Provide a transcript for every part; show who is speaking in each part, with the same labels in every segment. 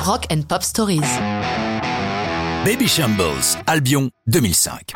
Speaker 1: Rock and Pop Stories.
Speaker 2: Baby Shambles, Albion, 2005.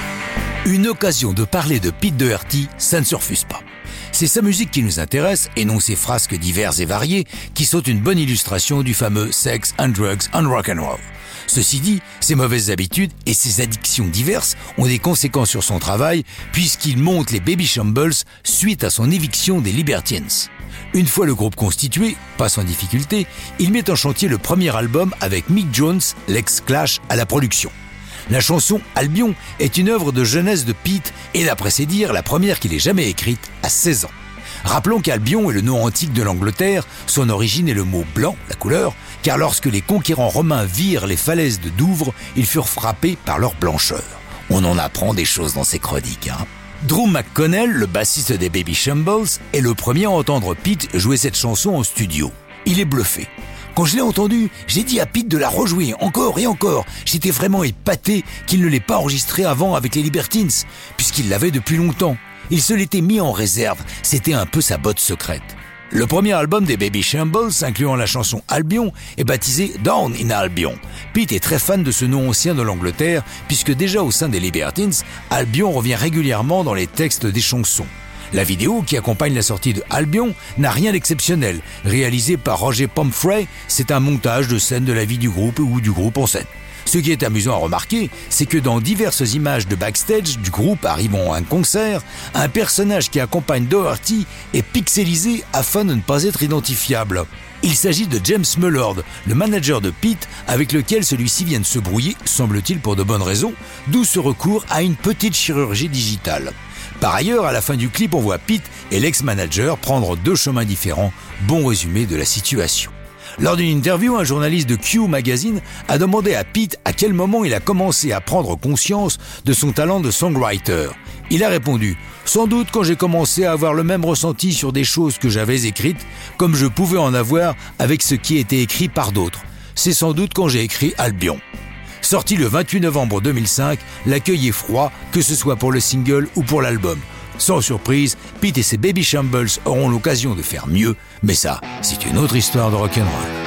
Speaker 2: Une occasion de parler de Pete Doherty, ça ne se refuse pas. C'est sa musique qui nous intéresse et non ses frasques diverses et variées qui sont une bonne illustration du fameux Sex and Drugs and Rock'n'Roll. Ceci dit, ses mauvaises habitudes et ses addictions diverses ont des conséquences sur son travail puisqu'il monte les Baby Shambles suite à son éviction des Libertines. Une fois le groupe constitué, pas sans difficulté, il met en chantier le premier album avec Mick Jones, l'ex-Clash, à la production. La chanson Albion est une œuvre de jeunesse de Pete et d'après ses dires, la première qu'il ait jamais écrite à 16 ans. Rappelons qu'Albion est le nom antique de l'Angleterre, son origine est le mot blanc, la couleur, car lorsque les conquérants romains virent les falaises de Douvres, ils furent frappés par leur blancheur. On en apprend des choses dans ces chroniques, hein. Drew McConnell, le bassiste des Baby Shambles, est le premier à entendre Pete jouer cette chanson en studio. Il est bluffé. Quand je l'ai entendue, j'ai dit à Pete de la rejouer encore et encore. J'étais vraiment épaté qu'il ne l'ait pas enregistrée avant avec les Libertines, puisqu'il l'avait depuis longtemps. Il se l'était mis en réserve, c'était un peu sa botte secrète. Le premier album des Baby Shambles, incluant la chanson Albion, est baptisé Down in Albion. Pete est très fan de ce nom ancien de l'Angleterre, puisque déjà au sein des Libertines, Albion revient régulièrement dans les textes des chansons. La vidéo qui accompagne la sortie de Albion n'a rien d'exceptionnel. Réalisée par Roger Pumphrey, c'est un montage de scènes de la vie du groupe ou du groupe en scène. Ce qui est amusant à remarquer, c'est que dans diverses images de backstage du groupe arrivant à un concert, un personnage qui accompagne Doherty est pixelisé afin de ne pas être identifiable. Il s'agit de James Mullard, le manager de Pete, avec lequel celui-ci vient de se brouiller, semble-t-il pour de bonnes raisons, d'où ce recours à une petite chirurgie digitale. Par ailleurs, à la fin du clip, on voit Pete et l'ex-manager prendre deux chemins différents. Bon résumé de la situation. Lors d'une interview, un journaliste de Q Magazine a demandé à Pete à quel moment il a commencé à prendre conscience de son talent de songwriter. Il a répondu « Sans doute quand j'ai commencé à avoir le même ressenti sur des choses que j'avais écrites, comme je pouvais en avoir avec ce qui était écrit par d'autres. C'est sans doute quand j'ai écrit Albion. » Sorti le 28 novembre 2005, l'accueil est froid, que ce soit pour le single ou pour l'album. Sans surprise, Pete et ses Baby Shambles auront l'occasion de faire mieux, mais ça, c'est une autre histoire de rock'n'roll.